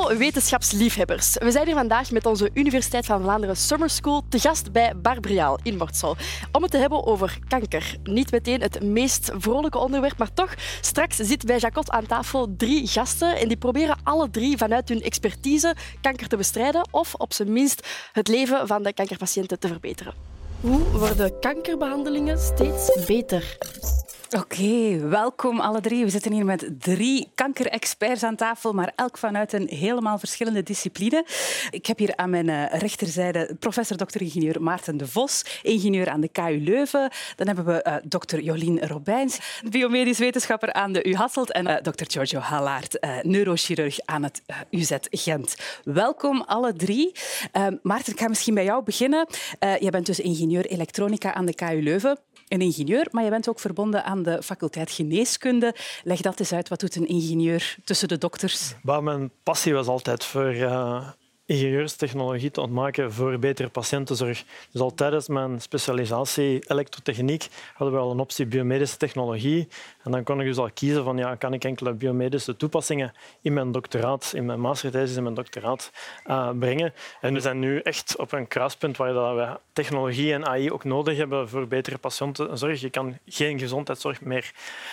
Hallo wetenschapsliefhebbers. We zijn hier vandaag met onze Universiteit van Vlaanderen Summer School te gast bij Bar-Briaal in Mortsel. Om het te hebben over kanker. Niet meteen het meest vrolijke onderwerp, maar toch. Straks zit bij Jacot aan tafel 3 gasten en die proberen alle 3 vanuit hun expertise kanker te bestrijden of op zijn minst het leven van de kankerpatiënten te verbeteren. Hoe worden kankerbehandelingen steeds beter? Oké, welkom alle 3. We zitten hier met 3 kankerexperts aan tafel, maar elk vanuit een helemaal verschillende discipline. Ik heb hier aan mijn rechterzijde professor Dr. Maarten de Vos, ingenieur aan de KU Leuven. Dan hebben we Dr. Jolien Robijns, biomedisch wetenschapper aan de U Hasselt en Dr. Giorgio Halaert, neurochirurg aan het UZ Gent. Welkom alle 3. Maarten, ik ga misschien bij jou beginnen. Jij bent dus ingenieur elektronica aan de KU Leuven. Een ingenieur, maar je bent ook verbonden aan de faculteit geneeskunde. Leg dat eens uit. Wat doet een ingenieur tussen de dokters? Mijn passie was altijd voor ingenieurstechnologie te ontmaken voor betere patiëntenzorg. Dus al tijdens mijn specialisatie elektrotechniek hadden we al een optie biomedische technologie. En dan kon ik dus al kiezen van kan ik enkele biomedische toepassingen in mijn doctoraat, in mijn masterthesis en mijn doctoraat brengen. En we zijn nu echt op een kruispunt waar we technologie en AI ook nodig hebben voor betere patiëntenzorg. Je kan geen gezondheidszorg meer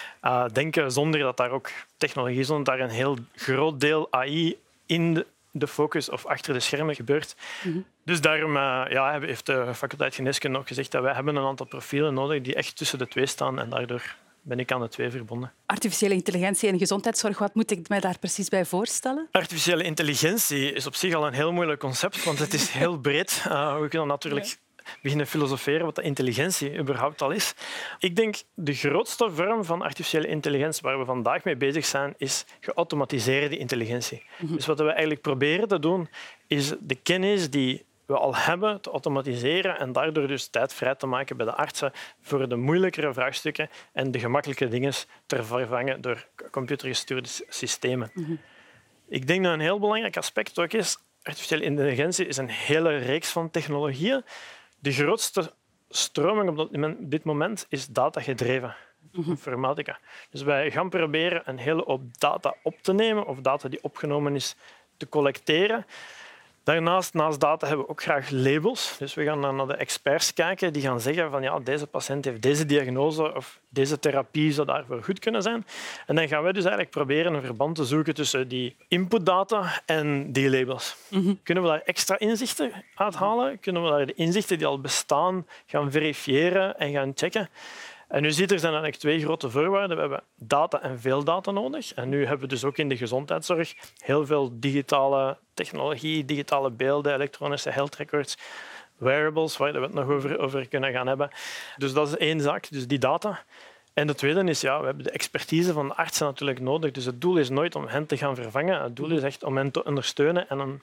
denken zonder dat daar ook technologie is, zonder daar een heel groot deel AI in de focus of achter de schermen gebeurt. Mm-hmm. Dus daarom heeft de faculteit geneeskunde ook gezegd dat wij hebben een aantal profielen nodig die echt tussen de 2 staan en daardoor ben ik aan de 2 verbonden. Artificiële intelligentie en gezondheidszorg, wat moet ik mij daar precies bij voorstellen? Artificiële intelligentie is op zich al een heel moeilijk concept, want het is heel breed. We kunnen natuurlijk beginnen filosoferen wat de intelligentie überhaupt al is. Ik denk de grootste vorm van artificiële intelligentie waar we vandaag mee bezig zijn, is geautomatiseerde intelligentie. Mm-hmm. Dus wat we eigenlijk proberen te doen, is de kennis die we al hebben te automatiseren en daardoor dus tijd vrij te maken bij de artsen voor de moeilijkere vraagstukken en de gemakkelijke dingen te vervangen door computergestuurde systemen. Mm-hmm. Ik denk dat een heel belangrijk aspect ook is, artificiële intelligentie is een hele reeks van technologieën. De grootste stroming op dit moment is datagedreven informatica. Dus wij gaan proberen een hele hoop data op te nemen of data die opgenomen is te collecteren. Daarnaast, naast data, hebben we ook graag labels. Dus we gaan dan naar de experts kijken die gaan zeggen van deze patiënt heeft deze diagnose of deze therapie zou daarvoor goed kunnen zijn. En dan gaan wij dus eigenlijk proberen een verband te zoeken tussen die inputdata en die labels. Mm-hmm. Kunnen we daar extra inzichten uithalen? Kunnen we daar de inzichten die al bestaan gaan verifiëren en gaan checken? En nu ziet er zijn eigenlijk 2 grote voorwaarden. We hebben data en veel data nodig. En nu hebben we dus ook in de gezondheidszorg heel veel digitale technologie, digitale beelden, elektronische health records, wearables, waar we het nog over kunnen gaan hebben. Dus dat is 1 zaak, dus die data. En de tweede is, we hebben de expertise van de artsen natuurlijk nodig. Dus het doel is nooit om hen te gaan vervangen. Het doel is echt om hen te ondersteunen en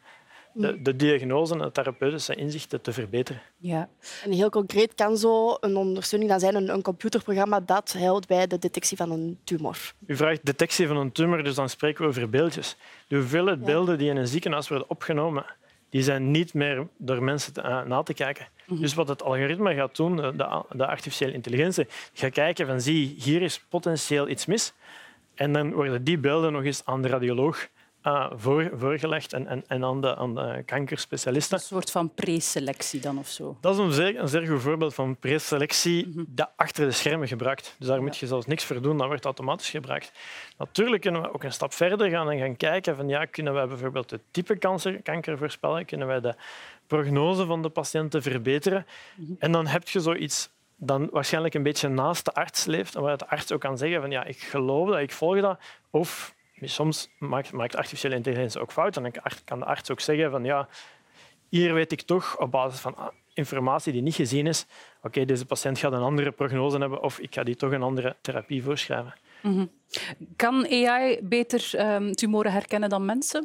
de diagnose en de therapeutische inzichten te verbeteren. Ja. En heel concreet kan zo een ondersteuning dan zijn een computerprogramma dat helpt bij de detectie van een tumor. U vraagt detectie van een tumor, dus dan spreken we over beeldjes. De hoeveelheid beelden die in een ziekenhuis worden opgenomen, die zijn niet meer door mensen na te kijken. Mm-hmm. Dus wat het algoritme gaat doen, de artificiële intelligentie, gaat kijken van zie, hier is potentieel iets mis. En dan worden die beelden nog eens aan de radioloog voorgelegd en aan de kankerspecialisten. Een soort van preselectie dan of zo? Dat is een zeer goed voorbeeld van preselectie dat achter de schermen gebruikt. Dus daar moet je zelfs niks voor doen, dat wordt automatisch gebruikt. Natuurlijk kunnen we ook een stap verder gaan en gaan kijken van kunnen wij bijvoorbeeld het type kanker voorspellen, kunnen wij de prognose van de patiënten verbeteren. En dan heb je zoiets dan waarschijnlijk een beetje naast de arts leeft en waar de arts ook kan zeggen van ik geloof dat, ik volg dat, of soms maakt artificiële intelligentie ook fout en dan kan de arts ook zeggen van hier weet ik toch op basis van informatie die niet gezien is, deze patiënt gaat een andere prognose hebben of ik ga die toch een andere therapie voorschrijven. Mm-hmm. Kan AI beter tumoren herkennen dan mensen?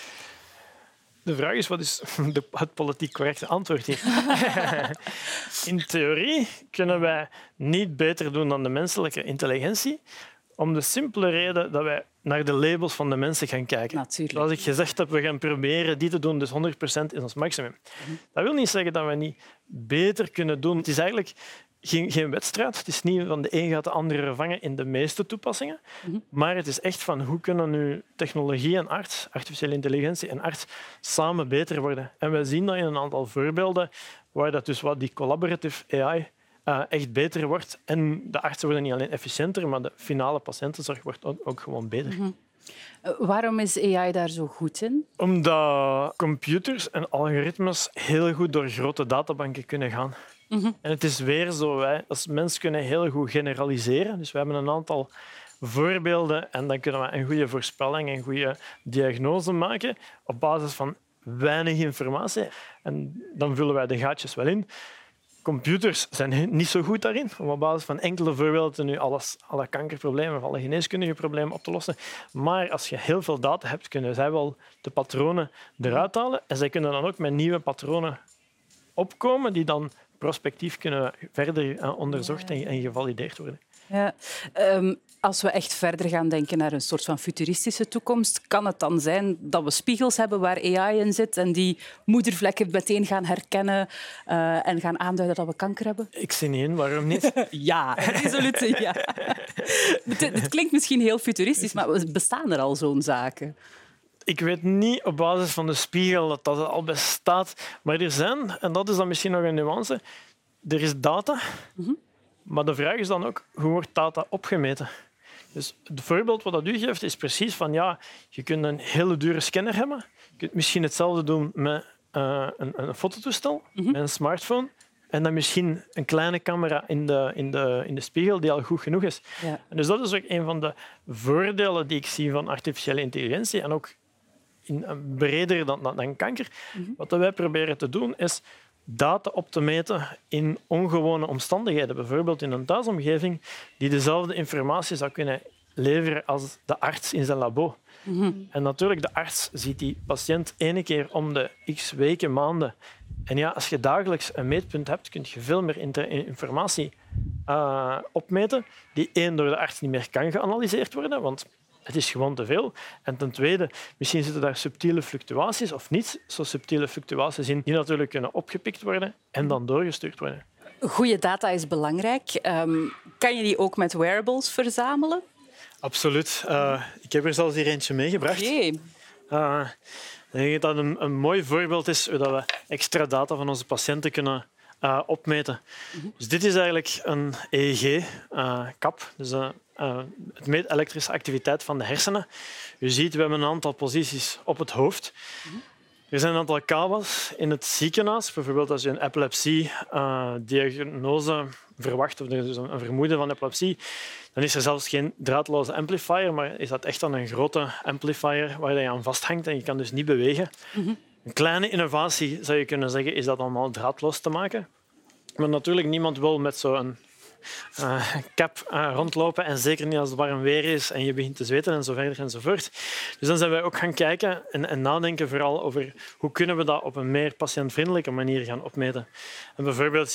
De vraag is, wat is het politiek correcte antwoord hier? In theorie kunnen wij niet beter doen dan de menselijke intelligentie, om de simpele reden dat wij naar de labels van de mensen gaan kijken. Natuurlijk. Zoals ik gezegd heb, we gaan proberen die te doen, dus 100% is ons maximum. Dat wil niet zeggen dat we niet beter kunnen doen. Het is eigenlijk geen wedstrijd. Het is niet van de een gaat de andere vervangen in de meeste toepassingen. Maar het is echt van hoe kunnen nu technologie en arts, artificiële intelligentie en arts samen beter worden. En we zien dat in een aantal voorbeelden waar dat dus wat die collaborative AI echt beter wordt. En de artsen worden niet alleen efficiënter, maar de finale patiëntenzorg wordt ook gewoon beter. Waarom is AI daar zo goed in? Omdat computers en algoritmes heel goed door grote databanken kunnen gaan. En het is weer zo, wij als mens kunnen heel goed generaliseren. Dus we hebben een aantal voorbeelden en dan kunnen we een goede voorspelling en goede diagnose maken op basis van weinig informatie. En dan vullen wij de gaatjes wel in. Computers zijn niet zo goed daarin, om op basis van enkele voorbeelden nu alle kankerproblemen of alle geneeskundige problemen op te lossen. Maar als je heel veel data hebt, kunnen zij wel de patronen eruit halen. En zij kunnen dan ook met nieuwe patronen opkomen die dan prospectief kunnen verder onderzocht en gevalideerd worden. Ja. Als we echt verder gaan denken naar een soort van futuristische toekomst, kan het dan zijn dat we spiegels hebben waar AI in zit en die moedervlekken meteen gaan herkennen en gaan aanduiden dat we kanker hebben? Ik zie niet in, waarom niet? Ja, resoluut ja. Het klinkt misschien heel futuristisch, maar bestaan er al zo'n zaken? Ik weet niet op basis van de spiegel dat dat al bestaat. Maar er zijn, en dat is dan misschien nog een nuance, er is data, maar de vraag is dan ook, hoe wordt data opgemeten? Dus het voorbeeld wat u geeft is precies van, ja, je kunt een hele dure scanner hebben. Je kunt misschien hetzelfde doen met een fototoestel, met een smartphone. En dan misschien een kleine camera in de spiegel die al goed genoeg is. Ja. En dus dat is ook een van de voordelen die ik zie van artificiële intelligentie. En ook breder dan kanker. Wat wij proberen te doen, is data op te meten in ongewone omstandigheden. Bijvoorbeeld in een thuisomgeving die dezelfde informatie zou kunnen leveren als de arts in zijn labo. En natuurlijk, de arts ziet die patiënt 1 keer om de x weken, maanden. En ja, als je dagelijks een meetpunt hebt, kun je veel meer informatie opmeten die door de arts niet meer kan geanalyseerd worden, want het is gewoon te veel. En ten tweede, misschien zitten daar subtiele fluctuaties of niet zo subtiele fluctuaties in, die natuurlijk kunnen opgepikt worden en dan doorgestuurd worden. Goede data is belangrijk. Kan je die ook met wearables verzamelen? Absoluut. Ik heb er zelfs hier eentje meegebracht. Okay. Ik denk dat een mooi voorbeeld is hoe we extra data van onze patiënten kunnen opmeten. Dus dit is eigenlijk een EEG-kap. Dus het meet elektrische activiteit van de hersenen. U ziet, we hebben een aantal posities op het hoofd. Er zijn een aantal kabels in het ziekenhuis. Bijvoorbeeld als je een epilepsie-diagnose verwacht, of er is een vermoeden van epilepsie, dan is er zelfs geen draadloze amplifier, maar is dat echt dan een grote amplifier waar je aan vasthangt en je kan dus niet bewegen. Een kleine innovatie, zou je kunnen zeggen, is dat allemaal draadloos te maken. Maar natuurlijk, niemand wil met zo'n cap rondlopen en zeker niet als het warm weer is en je begint te zweten en zo verder enzovoort. Dus dan zijn wij ook gaan kijken en nadenken vooral over hoe kunnen we dat op een meer patiëntvriendelijke manier gaan opmeten. En bijvoorbeeld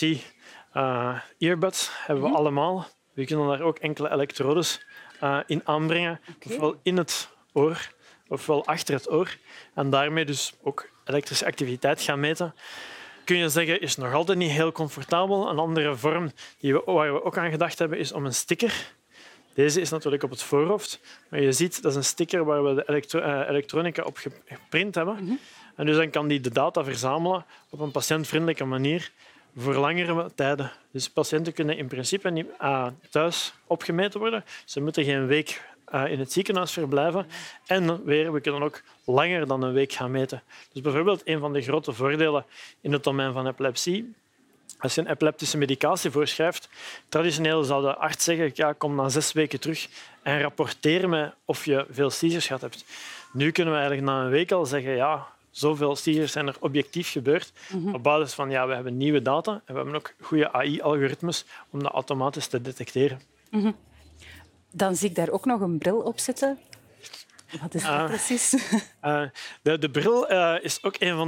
earbuds hebben we allemaal. We kunnen daar ook enkele elektrodes in aanbrengen, ofwel in het oor ofwel achter het oor. En daarmee dus ook elektrische activiteit gaan meten. Kun je zeggen, is nog altijd niet heel comfortabel. Een andere vorm waar we ook aan gedacht hebben, is om een sticker. Deze is natuurlijk op het voorhoofd. Maar je ziet, dat is een sticker waar we de elektronica op geprint hebben. En dus dan kan die de data verzamelen op een patiëntvriendelijke manier voor langere tijden. Dus patiënten kunnen in principe niet thuis opgemeten worden. Ze moeten geen week in het ziekenhuis verblijven. En we kunnen ook langer dan een week gaan meten. Dus bijvoorbeeld een van de grote voordelen in het domein van epilepsie. Als je een epileptische medicatie voorschrijft, traditioneel zou de arts zeggen, ja, kom na 6 weken terug en rapporteer me of je veel seizures gehad hebt. Nu kunnen we eigenlijk na een week al zeggen, ja, zoveel seizures zijn er objectief gebeurd. Op basis van, ja, we hebben nieuwe data en we hebben ook goede AI-algoritmes om dat automatisch te detecteren. Dan zie ik daar ook nog een bril op zitten. Wat is dat precies? De bril is ook een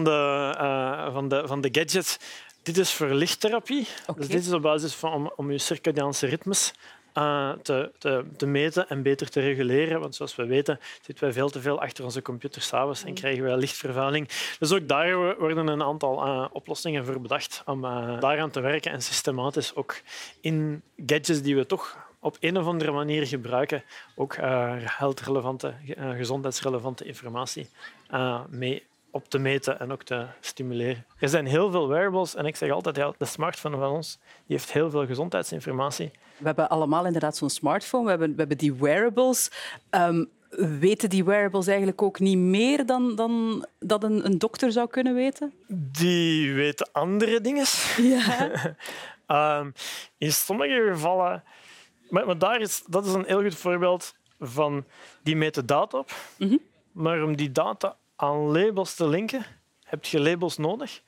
van de gadgets. Dit is voor lichttherapie. Okay. Dus dit is op basis van om je circadiaanse ritmes te meten en beter te reguleren. Want zoals we weten zitten wij veel te veel achter onze computer 's avonds en krijgen wij lichtvervuiling. Dus ook daar worden een aantal oplossingen voor bedacht om daaraan te werken en systematisch ook in gadgets die we toch op een of andere manier gebruiken, ook health-relevante, gezondheidsrelevante informatie mee op te meten en ook te stimuleren. Er zijn heel veel wearables en ik zeg altijd, de smartphone van ons die heeft heel veel gezondheidsinformatie. We hebben allemaal inderdaad zo'n smartphone, we hebben die wearables. Weten die wearables eigenlijk ook niet meer dan dat een dokter zou kunnen weten? Die weten andere dingen. Ja. In sommige gevallen... Maar dat is een heel goed voorbeeld van... Die meten data op, maar om die data aan labels te linken, heb je labels nodig.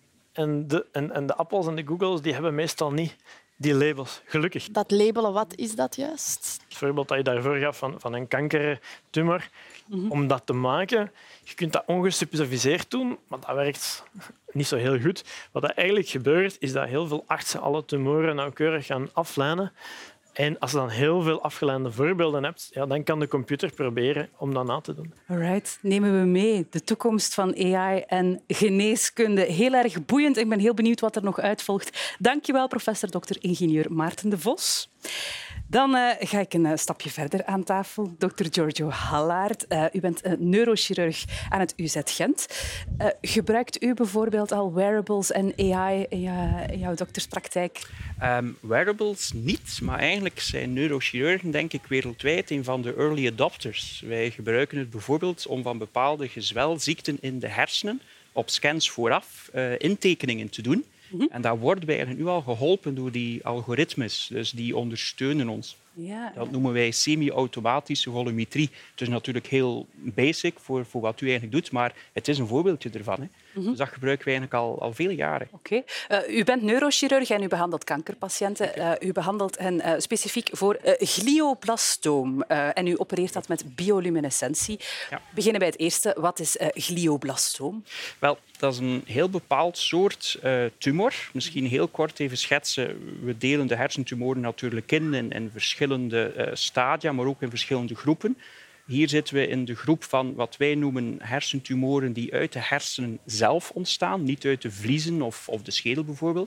En de Apples en de Googles die hebben meestal niet die labels, gelukkig. Dat labelen, wat is dat juist? Het voorbeeld dat je daarvoor gaf van een kankertumor, om dat te maken, je kunt dat ongesuperviseerd doen, maar dat werkt niet zo heel goed. Wat er eigenlijk gebeurt, is dat heel veel artsen alle tumoren nauwkeurig gaan aflijnen. En als je dan heel veel afgeleide voorbeelden hebt, dan kan de computer proberen om dat na te doen. Alright, nemen we mee. De toekomst van AI en geneeskunde. Heel erg boeiend. Ik ben heel benieuwd wat er nog uitvolgt. Dank je wel, professor Dr.-ingenieur Maarten de Vos. Dan ga ik een stapje verder aan tafel. Dr. Giorgio Hallaert, u bent een neurochirurg aan het UZ Gent. Gebruikt u bijvoorbeeld al wearables en AI in jouw dokterspraktijk? Wearables niet, maar eigenlijk zijn neurochirurgen denk ik wereldwijd een van de early adopters. Wij gebruiken het bijvoorbeeld om van bepaalde gezwelziekten in de hersenen op scans vooraf intekeningen te doen. En daar worden wij eigenlijk nu al geholpen door die algoritmes, dus die ondersteunen ons. Ja. Dat noemen wij semi-automatische volumetrie. Het is natuurlijk heel basic voor wat u eigenlijk doet, maar het is een voorbeeldje ervan. Hè. Dus dat gebruiken wij eigenlijk al vele jaren. Oké. U bent neurochirurg en u behandelt kankerpatiënten. U behandelt hen specifiek voor glioblastoom. En u opereert dat met bioluminescentie. Ja. We beginnen bij het eerste. Wat is glioblastoom? Wel, dat is een heel bepaald soort tumor. Misschien heel kort even schetsen. We delen de hersentumoren natuurlijk in verschillende stadia, maar ook in verschillende groepen. Hier zitten we in de groep van wat wij noemen hersentumoren die uit de hersenen zelf ontstaan, niet uit de vliezen of de schedel bijvoorbeeld.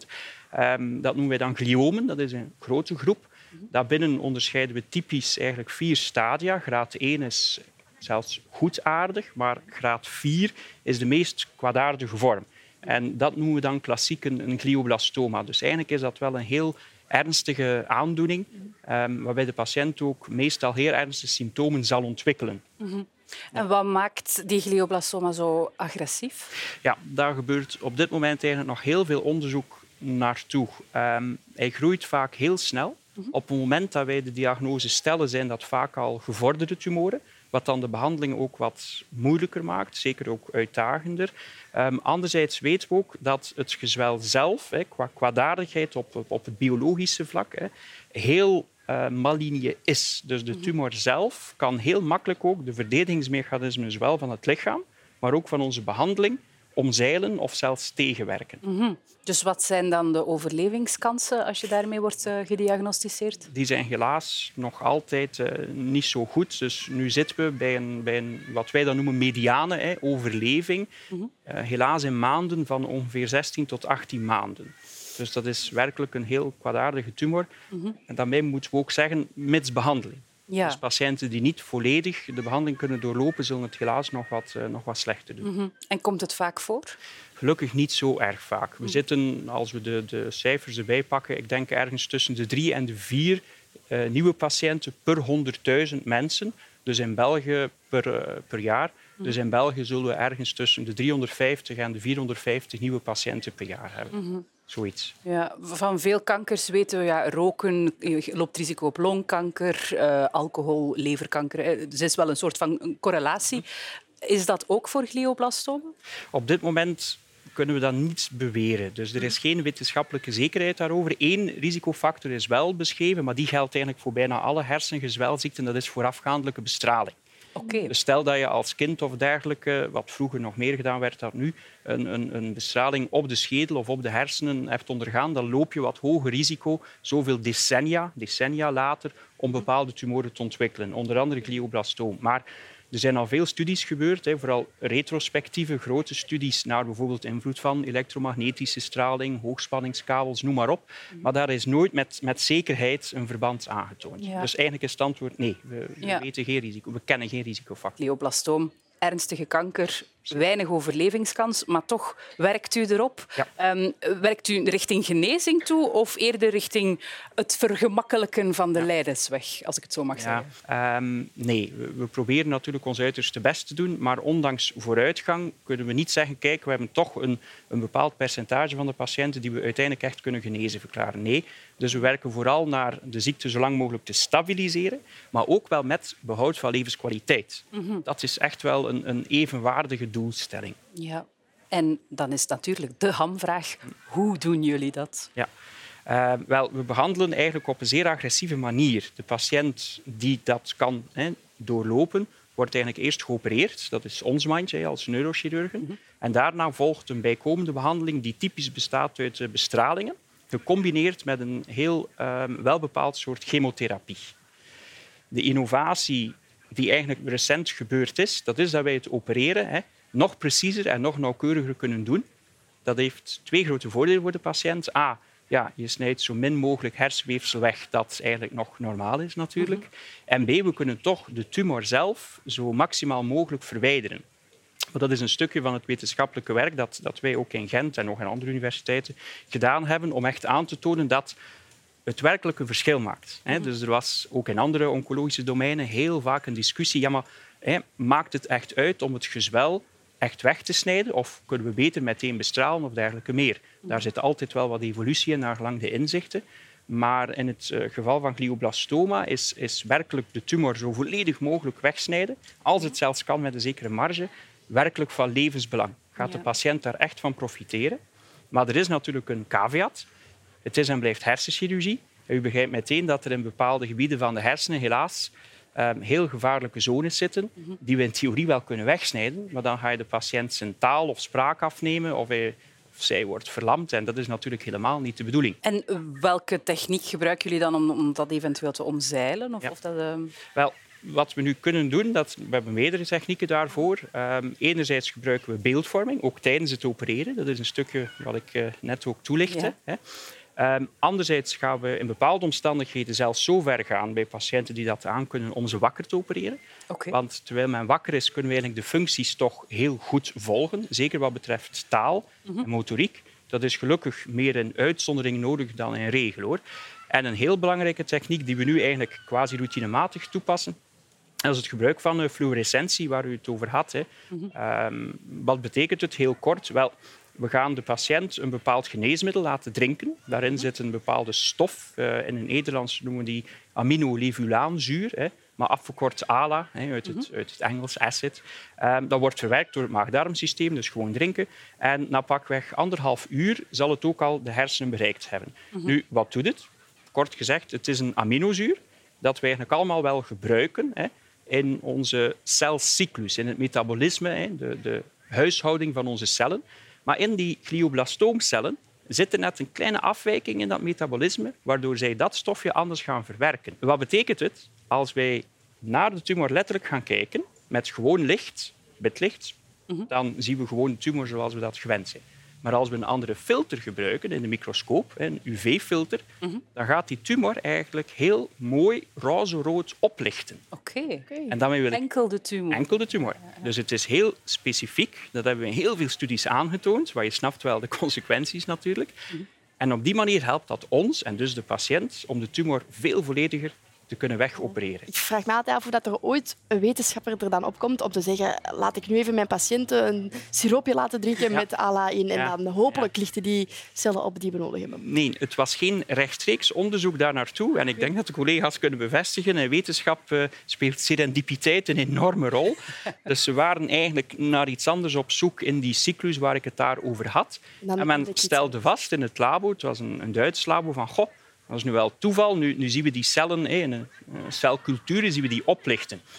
Dat noemen wij dan gliomen, dat is een grote groep. Daarbinnen onderscheiden we typisch eigenlijk 4 stadia. Graad 1 is zelfs goedaardig, maar graad 4 is de meest kwaadaardige vorm. En dat noemen we dan klassiek een glioblastoma. Dus eigenlijk is dat wel een heel ernstige aandoening, waarbij de patiënt ook meestal heel ernstige symptomen zal ontwikkelen. En wat maakt die glioblastoma zo agressief? Ja, daar gebeurt op dit moment eigenlijk nog heel veel onderzoek naartoe. Hij groeit vaak heel snel. Op het moment dat wij de diagnose stellen, zijn dat vaak al gevorderde tumoren, wat dan de behandeling ook wat moeilijker maakt, zeker ook uitdagender. Anderzijds weten we ook dat het gezwel zelf, qua kwaadaardigheid op het biologische vlak, heel maligne is. Dus de tumor zelf kan heel makkelijk ook de verdedigingsmechanismen zowel van het lichaam, maar ook van onze behandeling omzeilen of zelfs tegenwerken. Dus wat zijn dan de overlevingskansen als je daarmee wordt gediagnosticeerd? Die zijn helaas nog altijd niet zo goed. Dus nu zitten we bij een wat wij dan noemen mediane overleving. Helaas in maanden van ongeveer 16 tot 18 maanden. Dus dat is werkelijk een heel kwaadaardige tumor. En daarmee moeten we ook zeggen, mits behandeling. Ja. Dus patiënten die niet volledig de behandeling kunnen doorlopen, zullen het helaas nog wat slechter doen. En komt het vaak voor? Gelukkig niet zo erg vaak. We zitten, als we de cijfers erbij pakken, ik denk ergens tussen de 3 en de 4 nieuwe patiënten per 100.000 mensen. Dus in België per jaar. Dus in België zullen we ergens tussen de 350 en de 450 nieuwe patiënten per jaar hebben. Zoiets. Ja, van veel kankers weten we, roken loopt risico op longkanker, alcohol, leverkanker. Er is wel een soort van correlatie. Is dat ook voor glioblastoom? Op dit moment kunnen we dat niet beweren. Dus er is geen wetenschappelijke zekerheid daarover. 1 risicofactor is wel beschreven, maar die geldt eigenlijk voor bijna alle hersengezwelziekten. Dat is voorafgaandelijke bestraling. Oké. Dus stel dat je als kind of dergelijke, wat vroeger nog meer gedaan werd dan nu, een bestraling op de schedel of op de hersenen hebt ondergaan, dan loop je wat hoger risico, zoveel decennia later, om bepaalde tumoren te ontwikkelen. Onder andere glioblastoom. Maar er zijn al veel studies gebeurd, vooral retrospectieve grote studies naar bijvoorbeeld invloed van elektromagnetische straling, hoogspanningskabels, noem maar op. Maar daar is nooit met zekerheid een verband aangetoond. Ja. Dus eigenlijk is het antwoord nee. We weten geen risico. We kennen geen risicofactor. Glioblastoom, ernstige kanker, weinig overlevingskans, maar toch werkt u erop. Ja. Werkt u richting genezing toe of eerder richting het vergemakkelijken van de lijdensweg, als ik het zo mag zeggen? Nee, we proberen natuurlijk ons uiterste best te doen, maar ondanks vooruitgang kunnen we niet zeggen, kijk, we hebben toch een bepaald percentage van de patiënten die we uiteindelijk echt kunnen genezen verklaren. Nee, dus we werken vooral naar de ziekte zo lang mogelijk te stabiliseren, maar ook wel met behoud van levenskwaliteit. Dat is echt wel een evenwaardige doelstelling. Ja. En dan is natuurlijk de hamvraag, hoe doen jullie dat? Ja. Wel, we behandelen eigenlijk op een zeer agressieve manier. De patiënt die dat kan doorlopen, wordt eigenlijk eerst geopereerd. Dat is ons mandje als neurochirurgen. En daarna volgt een bijkomende behandeling die typisch bestaat uit bestralingen, gecombineerd met een heel welbepaald soort chemotherapie. De innovatie die eigenlijk recent gebeurd is, dat is dat wij het opereren nog preciezer en nog nauwkeuriger kunnen doen. Dat heeft 2 grote voordelen voor de patiënt. A, je snijdt zo min mogelijk hersenweefsel weg dat eigenlijk nog normaal is natuurlijk. En B, we kunnen toch de tumor zelf zo maximaal mogelijk verwijderen. Dat is een stukje van het wetenschappelijke werk dat wij ook in Gent en nog in andere universiteiten gedaan hebben om echt aan te tonen dat het werkelijk een verschil maakt. Dus er was ook in andere oncologische domeinen heel vaak een discussie. Ja, maar maakt het echt uit om het gezwel echt weg te snijden of kunnen we beter meteen bestralen of dergelijke meer? Daar zit altijd wel wat evolutie in, naar gelang de inzichten. Maar in het geval van glioblastoma is werkelijk de tumor zo volledig mogelijk wegsnijden, als het zelfs kan met een zekere marge, werkelijk van levensbelang. Gaat de patiënt daar echt van profiteren? Maar er is natuurlijk een caveat. Het is en blijft hersenchirurgie. U begrijpt meteen dat er in bepaalde gebieden van de hersenen helaas heel gevaarlijke zones zitten die we in theorie wel kunnen wegsnijden, maar dan ga je de patiënt zijn taal of spraak afnemen of zij wordt verlamd en dat is natuurlijk helemaal niet de bedoeling. En welke techniek gebruiken jullie dan om dat eventueel te omzeilen? Wel, wat we nu kunnen doen, we hebben meerdere technieken daarvoor. Enerzijds gebruiken we beeldvorming, ook tijdens het opereren. Dat is een stukje wat ik net ook toelichtte. Ja. Anderzijds gaan we in bepaalde omstandigheden zelfs zo ver gaan bij patiënten die dat aankunnen om ze wakker te opereren. Okay. Want terwijl men wakker is, kunnen we eigenlijk de functies toch heel goed volgen. Zeker wat betreft taal en motoriek. Dat is gelukkig meer in uitzondering nodig dan in regel, hoor. En een heel belangrijke techniek die we nu eigenlijk quasi routinematig toepassen, dat is het gebruik van fluorescentie, waar u het over had. Wat betekent het heel kort? Wel, we gaan de patiënt een bepaald geneesmiddel laten drinken. Daarin zit een bepaalde stof. In het Nederlands noemen we die aminolevulaanzuur, maar afgekort ALA, uit het Engels acid. Dat wordt verwerkt door het maag-darmsysteem, dus gewoon drinken. En na pakweg 1,5 uur zal het ook al de hersenen bereikt hebben. Nu, wat doet het? Kort gezegd, het is een aminozuur dat we eigenlijk allemaal wel gebruiken in onze celcyclus, in het metabolisme, de huishouding van onze cellen. Maar in die glioblastoomcellen zit er net een kleine afwijking in dat metabolisme, waardoor zij dat stofje anders gaan verwerken. Wat betekent het? Als wij naar de tumor letterlijk gaan kijken, met gewoon licht, witlicht, dan zien we gewoon de tumor zoals we dat gewend zijn. Maar als we een andere filter gebruiken in de microscoop, een UV-filter, dan gaat die tumor eigenlijk heel mooi roze-rood oplichten. Oké. En daarmee wil ik Enkel de tumor. Enkel de tumor. Dus het is heel specifiek. Dat hebben we in heel veel studies aangetoond, waar je snapt wel de consequenties natuurlijk. En op die manier helpt dat ons, en dus de patiënt, om de tumor veel vollediger te kunnen wegopereren. Ik vraag me altijd af of dat er ooit een wetenschapper er dan opkomt om te zeggen, laat ik nu even mijn patiënten een siroopje laten drinken met ALA in en dan hopelijk lichten die cellen op die we nodig hebben. Nee, het was geen rechtstreeks onderzoek daar naartoe. En ik denk dat de collega's kunnen bevestigen. In wetenschap speelt serendipiteit een enorme rol. Dus ze waren eigenlijk naar iets anders op zoek in die cyclus waar ik het daar over had. En men stelde vast in het labo, het was een Duits labo, van goh, dat is nu wel toeval. Nu zien we die cellen in een celcultuur zien we die oplichten.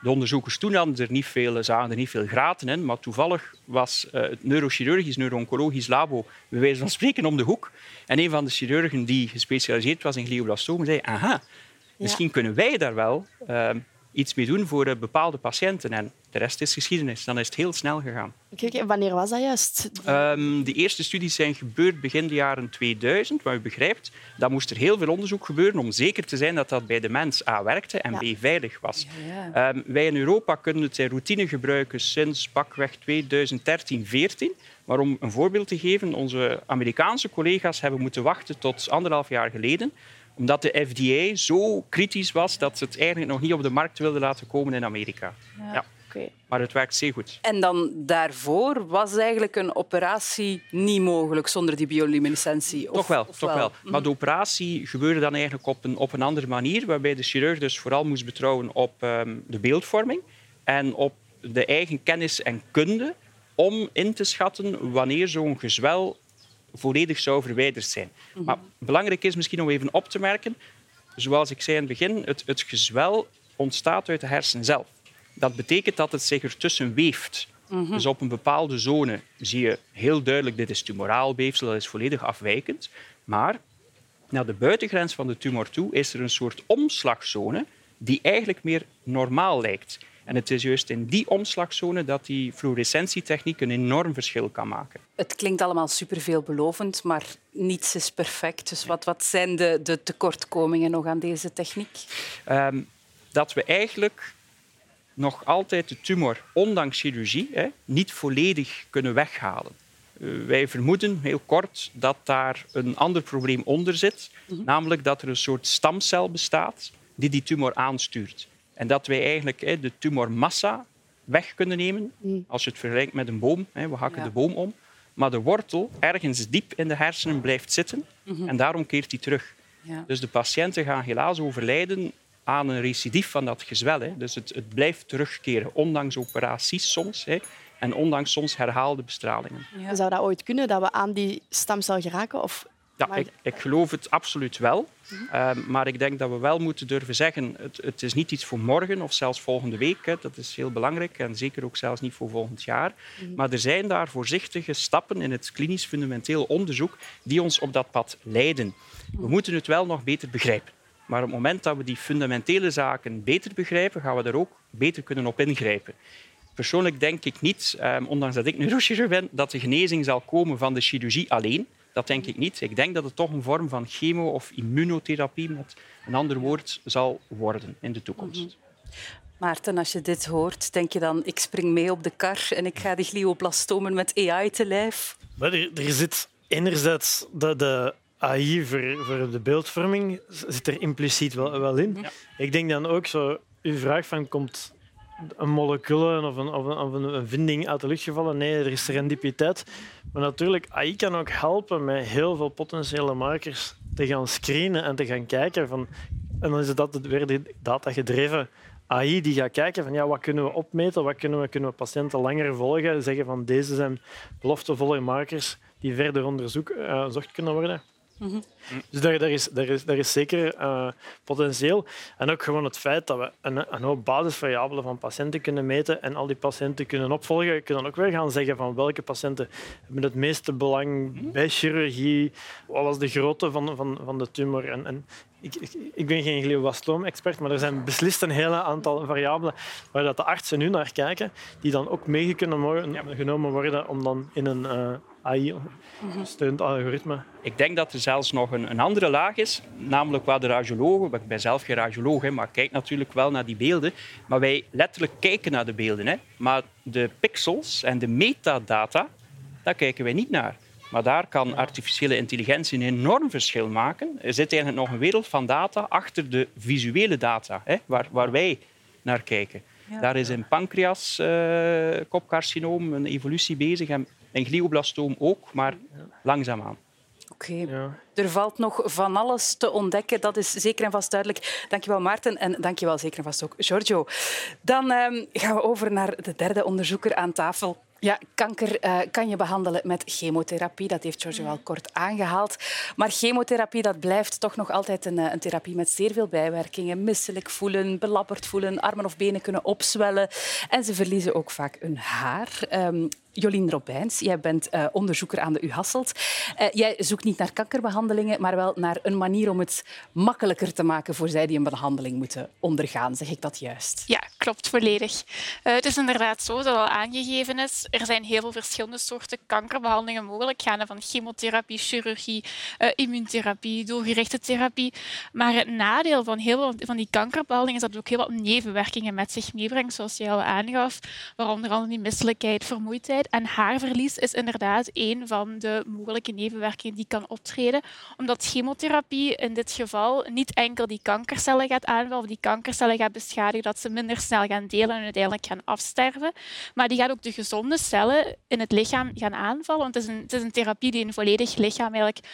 De onderzoekers toen zagen er niet veel graten in, maar toevallig was het neurochirurgisch, neuro-oncologisch labo bij wijze van spreken om de hoek. En een van de chirurgen die gespecialiseerd was in glioblastomen zei, aha, misschien kunnen wij daar wel iets mee doen voor bepaalde patiënten. En de rest is geschiedenis. Dan is het heel snel gegaan. Oké, wanneer was dat juist? De eerste studies zijn gebeurd begin de jaren 2000. Maar u begrijpt, dan moest er heel veel onderzoek gebeuren om zeker te zijn dat dat bij de mens A werkte en B veilig was. Ja. Wij in Europa kunnen het in routine gebruiken sinds pakweg 2013-14. Maar om een voorbeeld te geven, onze Amerikaanse collega's hebben moeten wachten tot 1,5 jaar geleden, omdat de FDA zo kritisch was dat ze het eigenlijk nog niet op de markt wilden laten komen in Amerika. Ja. Okay. Maar het werkt zeer goed. En dan daarvoor was eigenlijk een operatie niet mogelijk zonder die bioluminescentie? Toch wel. Maar de operatie gebeurde dan eigenlijk op een andere manier, waarbij de chirurg dus vooral moest betrouwen op de beeldvorming en op de eigen kennis en kunde om in te schatten wanneer zo'n gezwel volledig zou verwijderd zijn. Maar belangrijk is misschien om even op te merken, zoals ik zei in het begin, het gezwel ontstaat uit de hersen zelf. Dat betekent dat het zich ertussen weeft. Dus op een bepaalde zone zie je heel duidelijk, dit is tumoraal weefsel, dat is volledig afwijkend. Maar naar de buitengrens van de tumor toe is er een soort omslagzone die eigenlijk meer normaal lijkt. En het is juist in die omslagzone dat die fluorescentietechniek een enorm verschil kan maken. Het klinkt allemaal superveelbelovend, maar niets is perfect. Dus wat zijn de tekortkomingen nog aan deze techniek? Dat we eigenlijk nog altijd de tumor, ondanks chirurgie, niet volledig kunnen weghalen. Wij vermoeden, heel kort, dat daar een ander probleem onder zit. Namelijk dat er een soort stamcel bestaat die tumor aanstuurt. En dat wij eigenlijk de tumormassa weg kunnen nemen. Als je het vergelijkt met een boom, we hakken de boom om. Maar de wortel ergens diep in de hersenen blijft zitten. En daarom keert die terug. Ja. Dus de patiënten gaan helaas overlijden aan een recidief van dat gezwel. Dus het blijft terugkeren, ondanks operaties soms. En ondanks soms herhaalde bestralingen. Ja. Zou dat ooit kunnen, dat we aan die stamcel geraken? Of... Ja, ik geloof het absoluut wel. Maar ik denk dat we wel moeten durven zeggen, het is niet iets voor morgen of zelfs volgende week. Dat is heel belangrijk en zeker ook zelfs niet voor volgend jaar. Maar er zijn daar voorzichtige stappen in het klinisch fundamenteel onderzoek die ons op dat pad leiden. We moeten het wel nog beter begrijpen. Maar op het moment dat we die fundamentele zaken beter begrijpen, gaan we er ook beter kunnen op ingrijpen. Persoonlijk denk ik niet, ondanks dat ik neurochirurg ben, dat de genezing zal komen van de chirurgie alleen. Dat denk ik niet. Ik denk dat het toch een vorm van chemo- of immunotherapie, met een ander woord, zal worden in de toekomst. Maarten, als je dit hoort, denk je dan, ik spring mee op de kar en ik ga die glioblastomen met AI te lijf? Er zit enerzijds de AI voor de beeldvorming zit er impliciet wel in. Ja. Ik denk dan ook zo, uw vraag van komt een molecuul of een vinding uit de lucht gevallen? Nee, er is serendipiteit. Maar natuurlijk, AI kan ook helpen met heel veel potentiële markers te gaan screenen en te gaan kijken. En dan is het weer die data-gedreven AI die gaat kijken van wat kunnen we opmeten, wat kunnen we patiënten langer volgen, zeggen van deze zijn beloftevolle markers die verder onderzocht kunnen worden. Dus daar is zeker potentieel. En ook gewoon het feit dat we een hoop basisvariabelen van patiënten kunnen meten en al die patiënten kunnen opvolgen. Je kunt dan ook weer gaan zeggen van welke patiënten hebben het meeste belang bij chirurgie, wat was de grootte van de tumor. En ik ben geen glioblastoom-expert, maar er zijn beslist een hele aantal variabelen waar dat de artsen nu naar kijken, die dan ook meegenomen worden om dan in een AI-gesteund algoritme. Ik denk dat er zelfs nog een andere laag is, namelijk waar de radiologen, ik ben zelf geen radioloog, maar kijk natuurlijk wel naar die beelden, maar wij letterlijk kijken naar de beelden. Maar de pixels en de metadata, daar kijken wij niet naar. Maar daar kan artificiële intelligentie een enorm verschil maken. Er zit eigenlijk nog een wereld van data achter de visuele data, waar wij naar kijken. Ja. Daar is in pancreas-kopcarcinoom een evolutie bezig en glioblastoom ook, maar langzaamaan. Oké. Ja. Er valt nog van alles te ontdekken, dat is zeker en vast duidelijk. Dankjewel Maarten en dankjewel zeker en vast ook Giorgio. Dan gaan we over naar de derde onderzoeker aan tafel. Ja, kanker kan je behandelen met chemotherapie. Dat heeft Georgia al kort aangehaald. Maar chemotherapie, dat blijft toch nog altijd een therapie met zeer veel bijwerkingen. Misselijk voelen, belabberd voelen, armen of benen kunnen opzwellen. En ze verliezen ook vaak hun haar. Jolien Robijns, jij bent onderzoeker aan de U Hasselt. Jij zoekt niet naar kankerbehandelingen, maar wel naar een manier om het makkelijker te maken voor zij die een behandeling moeten ondergaan. Zeg ik dat juist? Ja, klopt, volledig. Het is inderdaad zo, dat al aangegeven is. Er zijn heel veel verschillende soorten kankerbehandelingen mogelijk, gaande van chemotherapie, chirurgie, immuuntherapie, doelgerichte therapie. Maar het nadeel van heel veel van die kankerbehandelingen is dat het ook heel wat nevenwerkingen met zich meebrengt, zoals je al aangaf, waaronder al die misselijkheid, vermoeidheid. En haarverlies is inderdaad een van de mogelijke nevenwerkingen die kan optreden, omdat chemotherapie in dit geval niet enkel die kankercellen gaat aanvallen of die kankercellen gaat beschadigen, dat ze minder snel gaan delen en uiteindelijk gaan afsterven, maar die gaat ook de gezonde cellen in het lichaam gaan aanvallen, want het is een therapie die een volledig lichaam eigenlijk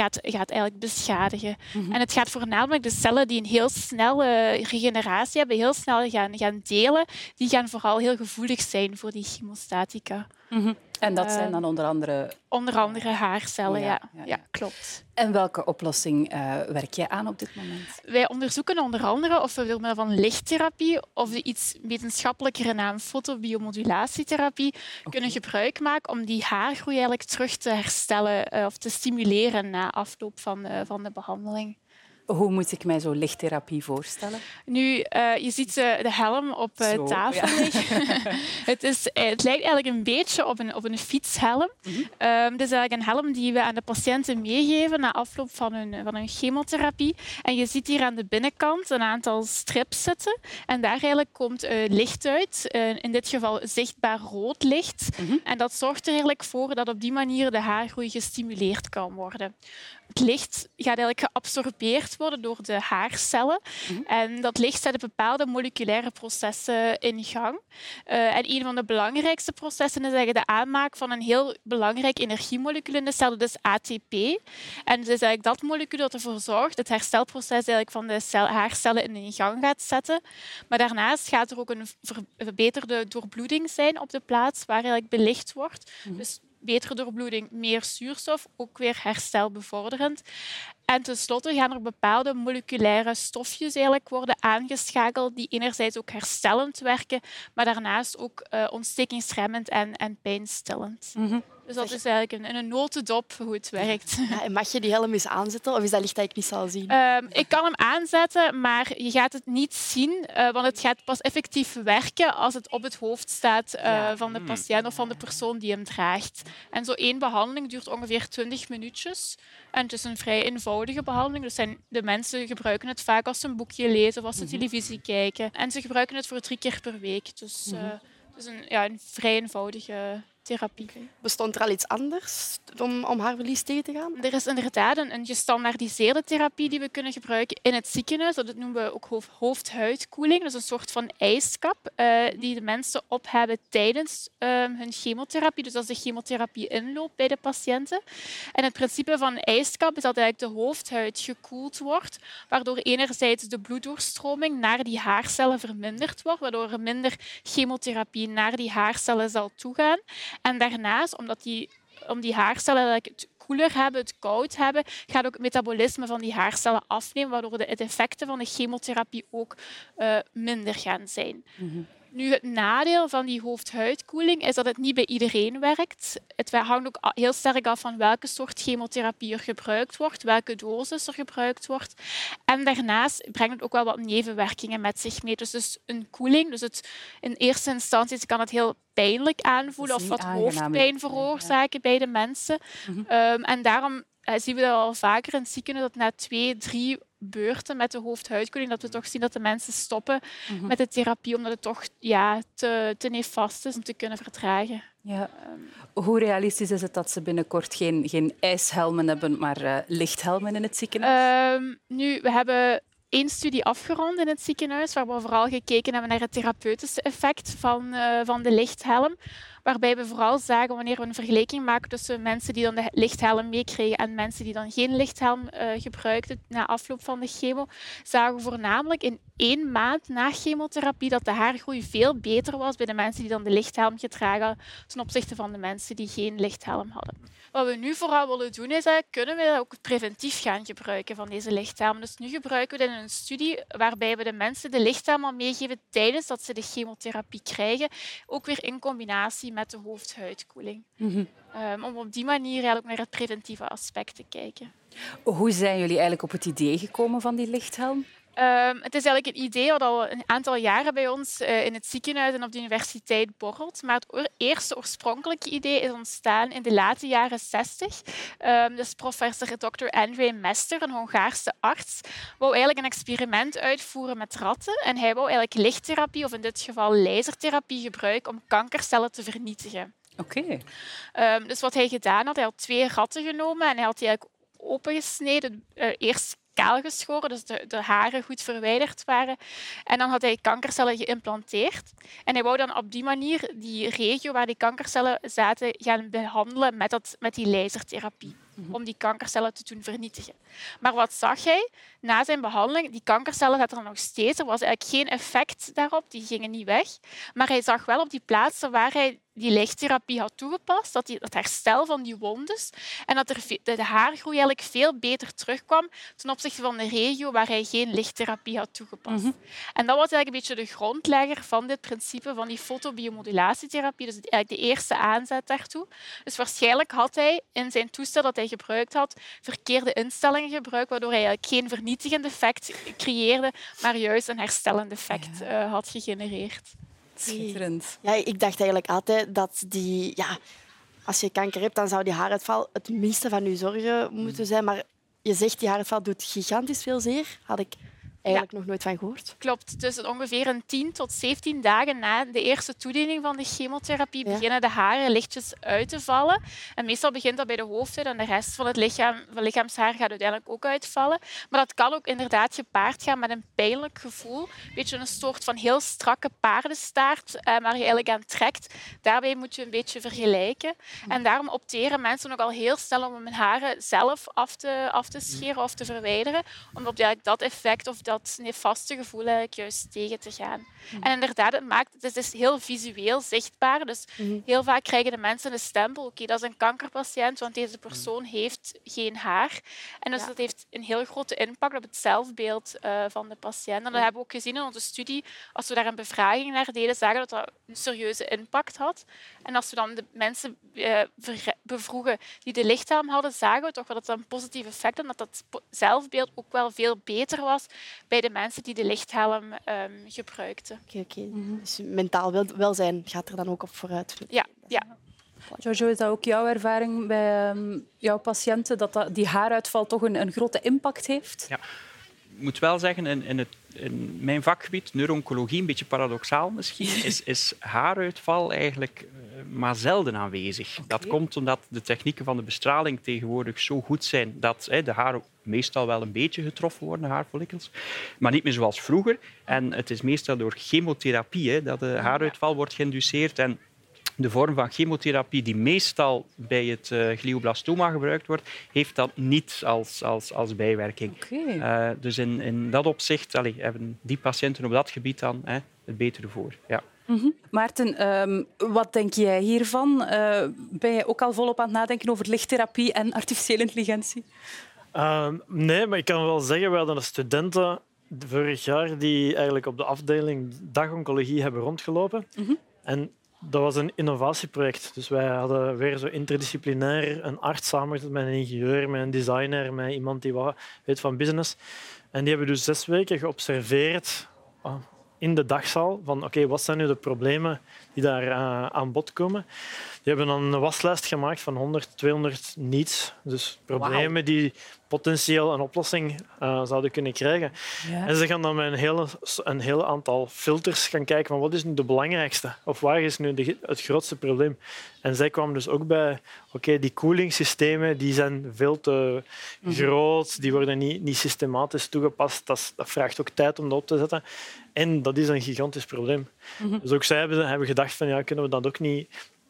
gaat beschadigen. En het gaat voornamelijk de cellen die een heel snelle regeneratie hebben, heel snel gaan delen, die gaan vooral heel gevoelig zijn voor die chemostatica. En dat zijn dan onder andere... Onder andere haarcellen, ja, klopt. En welke oplossing werk jij aan op dit moment? Wij onderzoeken onder andere of we door middel van lichttherapie of de iets wetenschappelijkere naam fotobiomodulatieterapie kunnen gebruik maken om die haargroei eigenlijk terug te herstellen of te stimuleren na afloop van de behandeling. Hoe moet ik mij zo'n lichttherapie voorstellen? Nu, je ziet de helm op tafel liggen. Het lijkt eigenlijk een beetje op een fietshelm. Het is eigenlijk een helm die we aan de patiënten meegeven na afloop van hun chemotherapie. En je ziet hier aan de binnenkant een aantal strips zitten. En daar eigenlijk komt licht uit. In dit geval zichtbaar rood licht. En dat zorgt er eigenlijk voor dat op die manier de haargroei gestimuleerd kan worden. Het licht gaat eigenlijk geabsorbeerd worden door de haarcellen. En dat licht zet bepaalde moleculaire processen in gang. En een van de belangrijkste processen is eigenlijk de aanmaak van een heel belangrijk energiemolecuul in de cel, dus ATP. En het is eigenlijk dat molecuul dat ervoor zorgt het herstelproces eigenlijk van de haarcellen in gang gaat zetten. Maar daarnaast gaat er ook een verbeterde doorbloeding zijn op de plaats waar eigenlijk belicht wordt. Dus betere doorbloeding, meer zuurstof, ook weer herstelbevorderend. En tenslotte gaan er bepaalde moleculaire stofjes eigenlijk worden aangeschakeld die enerzijds ook herstellend werken, maar daarnaast ook ontstekingsremmend en pijnstillend. Dus dat is eigenlijk in een notendop hoe het werkt. Ja, en mag je die helm eens aanzetten of is dat licht dat ik niet zal zien? Ik kan hem aanzetten, maar je gaat het niet zien, want het gaat pas effectief werken als het op het hoofd staat van de patiënt of van de persoon die hem draagt. En zo één behandeling duurt ongeveer 20 minuutjes. En het is een vrij eenvoudige behandeling. Dus de mensen gebruiken het vaak als ze een boekje lezen of als ze televisie kijken. En ze gebruiken het voor 3 keer per week. Dus het is een vrij eenvoudige therapie. Bestond er al iets anders om haarverlies tegen te gaan? Er is inderdaad een gestandaardiseerde therapie die we kunnen gebruiken in het ziekenhuis. Dat noemen we ook hoofd-huidkoeling. Dat is een soort van ijskap die de mensen op hebben tijdens hun chemotherapie. Dus als de chemotherapie inloopt bij de patiënten. En het principe van een ijskap is dat eigenlijk de hoofdhuid gekoeld wordt, waardoor enerzijds de bloeddoorstroming naar die haarcellen verminderd wordt, waardoor er minder chemotherapie naar die haarcellen zal toegaan. En daarnaast, om die haarcellen het koeler hebben, het koud hebben, gaat ook het metabolisme van die haarcellen afnemen, waardoor de effecten van de chemotherapie ook minder gaan zijn. Nu, het nadeel van die hoofdhuidkoeling is dat het niet bij iedereen werkt. Het hangt ook heel sterk af van welke soort chemotherapie er gebruikt wordt, welke dosis er gebruikt wordt. En daarnaast brengt het ook wel wat nevenwerkingen met zich mee. Dus een koeling, in eerste instantie kan het heel pijnlijk aanvoelen of wat hoofdpijn veroorzaken bij de mensen. En daarom zien we dat al vaker in het ziekenhuis dat na 2-3 beurten met de hoofdhuidkoeling, dat we toch zien dat de mensen stoppen met de therapie, omdat het toch te nefast is om te kunnen verdragen. Ja. Hoe realistisch is het dat ze binnenkort geen ijshelmen hebben, maar lichthelmen in het ziekenhuis? Nu, we hebben 1 studie afgerond in het ziekenhuis, waar we vooral gekeken hebben naar het therapeutische effect van de lichthelm. waarbij we vooral zagen, wanneer we een vergelijking maken tussen mensen die dan de lichthelm meekregen en mensen die dan geen lichthelm gebruikten na afloop van de chemo, zagen we voornamelijk in 1 maand na chemotherapie dat de haargroei veel beter was bij de mensen die dan de lichthelm gedragen hadden ten opzichte van de mensen die geen lichthelm hadden. Wat we nu vooral willen doen is, kunnen we ook preventief gaan gebruiken van deze lichthelm. Dus nu gebruiken we dit in een studie waarbij we de mensen de lichthelm al meegeven tijdens dat ze de chemotherapie krijgen, ook weer in combinatie met de hoofdhuidkoeling. Om op die manier eigenlijk naar het preventieve aspect te kijken. Hoe zijn jullie eigenlijk op het idee gekomen van die lichthelm? Het is eigenlijk een idee dat al een aantal jaren bij ons in het ziekenhuis en op de universiteit borrelt. Maar het eerste oorspronkelijke idee is ontstaan in de late jaren 60. Dus professor Dr. Andrei Mester, een Hongaarse arts, wou eigenlijk een experiment uitvoeren met ratten. En hij wou eigenlijk lichttherapie, of in dit geval lasertherapie, gebruiken om kankercellen te vernietigen. Oké. Dus wat hij gedaan had, hij had 2 ratten genomen en hij had die eigenlijk opengesneden. Eerst kaal geschoren, dus de haren goed verwijderd waren. En dan had hij kankercellen geïmplanteerd. En hij wou dan op die manier die regio waar die kankercellen zaten gaan behandelen met die lasertherapie. Om die kankercellen te doen vernietigen. Maar wat zag hij? Na zijn behandeling, die kankercellen zaten er nog steeds. Er was eigenlijk geen effect daarop, die gingen niet weg. Maar hij zag wel op die plaatsen waar hij die lichttherapie had toegepast, dat herstel van die wondes en dat de haargroei eigenlijk veel beter terugkwam ten opzichte van de regio waar hij geen lichttherapie had toegepast. En dat was eigenlijk een beetje de grondlegger van dit principe van die fotobiomodulatietherapie, dus eigenlijk de eerste aanzet daartoe. Dus waarschijnlijk had hij in zijn toestel dat hij gebruikt had verkeerde instellingen gebruikt, waardoor hij eigenlijk geen vernietigend effect creëerde, maar juist een herstellend effect had gegenereerd. Schitterend. Ja, ik dacht eigenlijk altijd dat als je kanker hebt, dan zou die haaruitval het minste van je zorgen moeten zijn. Maar je zegt die haaruitval doet gigantisch veel zeer. Had ik eigenlijk nog nooit van gehoord. Klopt. Dus ongeveer een 10 tot 17 dagen na de eerste toediening van de chemotherapie beginnen de haren lichtjes uit te vallen. En meestal begint dat bij de hoofdhuid en de rest van het lichaamshaar gaat uiteindelijk ook uitvallen. Maar dat kan ook inderdaad gepaard gaan met een pijnlijk gevoel. Een beetje een soort van heel strakke paardenstaart waar je eigenlijk aan trekt. Daarbij moet je een beetje vergelijken. En daarom opteren mensen ook al heel snel om hun haren zelf af te scheren of te verwijderen. Om op dat effect of dat nefaste gevoel eigenlijk juist tegen te gaan. En inderdaad, het is heel visueel zichtbaar. Dus heel vaak krijgen de mensen een stempel. Oké, dat is een kankerpatiënt, want deze persoon heeft geen haar. En dus dat heeft een heel grote impact op het zelfbeeld van de patiënt. En dat hebben we ook gezien in onze studie. Als we daar een bevraging naar deden, zagen we dat dat een serieuze impact had. En als we dan de mensen bevroegen die de lichthelm hadden, zagen we toch wel dat dat een positief effect had. Dat zelfbeeld ook wel veel beter was bij de mensen die de lichthelm gebruikten. Oké. Dus mentaal welzijn gaat er dan ook op vooruit. Ja. Giorgio, is dat ook jouw ervaring bij jouw patiënten, dat die haaruitval toch een grote impact heeft? Ja. Ik moet wel zeggen, in mijn vakgebied, neuro-oncologie, een beetje paradoxaal misschien, is haaruitval eigenlijk maar zelden aanwezig. Okay. Dat komt omdat de technieken van de bestraling tegenwoordig zo goed zijn dat de haren meestal wel een beetje getroffen worden, haarfollikels, maar niet meer zoals vroeger. En het is meestal door chemotherapie dat de haaruitval wordt geïnduceerd. En de vorm van chemotherapie die meestal bij het glioblastoma gebruikt wordt, heeft dat niet als bijwerking. Okay. Dus in dat opzicht hebben die patiënten op dat gebied dan het betere voor. Ja. Maarten, wat denk jij hiervan? Ben jij ook al volop aan het nadenken over lichttherapie en artificiële intelligentie? Nee, maar ik kan wel zeggen, we hadden studenten vorig jaar die eigenlijk op de afdeling dagoncologie hebben rondgelopen. En dat was een innovatieproject. Dus wij hadden weer zo interdisciplinair een arts samengezet met een ingenieur, met een designer, met iemand die wat weet van business. En die hebben dus 6 weken geobserveerd in de dagzaal van oké, wat zijn nu de problemen die daar aan bod komen. Die hebben dan een waslijst gemaakt van 100, 200 needs. Dus problemen die potentieel een oplossing zouden kunnen krijgen. Ja. En ze gaan dan met een heel aantal filters gaan kijken van wat is nu de belangrijkste of waar is nu het grootste probleem. En zij kwamen dus ook bij die koelingssystemen die zijn veel te groot, die worden niet systematisch toegepast. Dat vraagt ook tijd om dat op te zetten. En dat is een gigantisch probleem. Dus ook zij hebben gedacht van kunnen we dat ook niet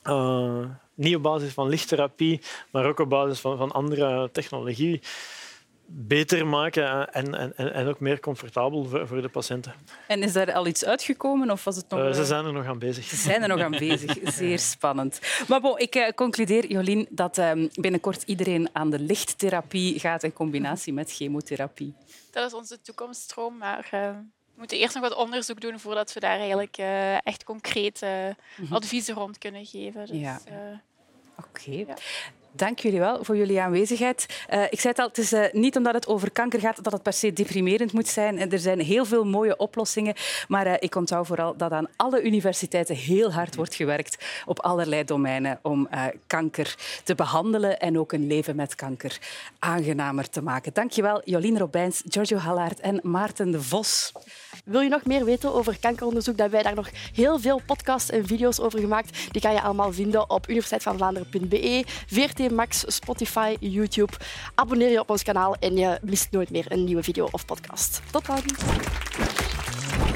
niet op basis van lichttherapie, maar ook op basis van andere technologie beter maken en ook meer comfortabel voor de patiënten. En is daar al iets uitgekomen? Of was het nog, Ze zijn er nog aan bezig. Ze zijn er nog aan bezig. Zeer spannend. Maar bon, ik concludeer, Jolien, dat binnenkort iedereen aan de lichttherapie gaat in combinatie met chemotherapie. Dat is onze toekomststroom, maar we moeten eerst nog wat onderzoek doen voordat we daar eigenlijk echt concreet adviezen rond kunnen geven. Dus, Ja. Oké. Dank jullie wel voor jullie aanwezigheid. Ik zei het al, het is niet omdat het over kanker gaat dat het per se deprimerend moet zijn. Er zijn heel veel mooie oplossingen. Maar ik onthoud vooral dat aan alle universiteiten heel hard wordt gewerkt op allerlei domeinen om kanker te behandelen en ook een leven met kanker aangenamer te maken. Dank je wel, Jolien Robijns, Giorgio Hallaert en Maarten de Vos. Wil je nog meer weten over kankeronderzoek? Dan hebben wij daar nog heel veel podcasts en video's over gemaakt. Die kan je allemaal vinden op universiteitvandvlaanderen.be, VRT Max, Spotify, YouTube. Abonneer je op ons kanaal en je mist nooit meer een nieuwe video of podcast. Tot dan!